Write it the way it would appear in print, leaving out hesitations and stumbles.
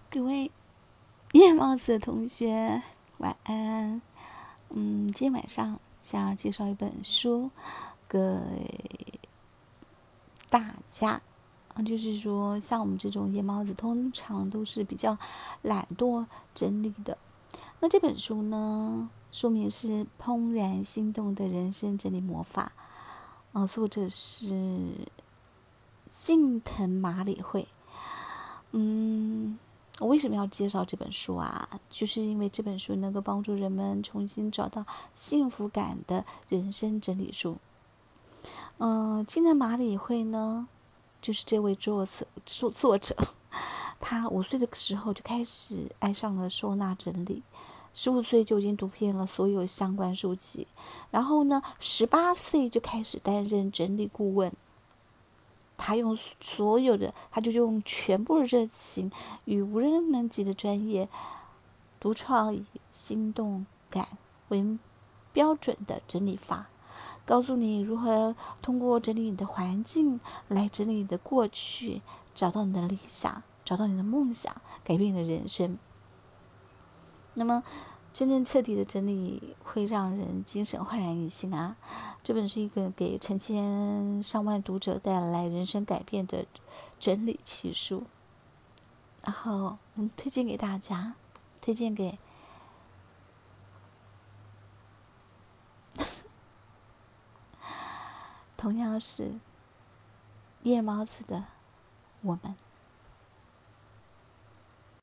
各位夜猫子的同学，晚安。今天晚上想要介绍一本书给大家。就是说，像我们这种夜猫子，通常都是比较懒惰整理的。那这本书呢，书名是《怦然心动的人生整理魔法》，作者是近藤麻里惠。我为什么要介绍这本书啊？就是因为这本书能够帮助人们重新找到幸福感的人生整理术。近藤麻里惠呢，就是这位作者，他5岁的时候就开始爱上了收纳整理，15岁就已经读遍了所有相关书籍，然后呢，18岁就开始担任整理顾问。他就用全部的热情与无人能及的专业，独创以心动感为标准的整理法，告诉你如何通过整理你的环境来整理你的过去，找到你的理想，找到你的梦想，改变你的人生。那么真正彻底的整理会让人精神焕然一新啊！这本是一个给成千上万读者带来人生改变的整理奇书，然后推荐给大家，推荐给同样是夜猫子的我们。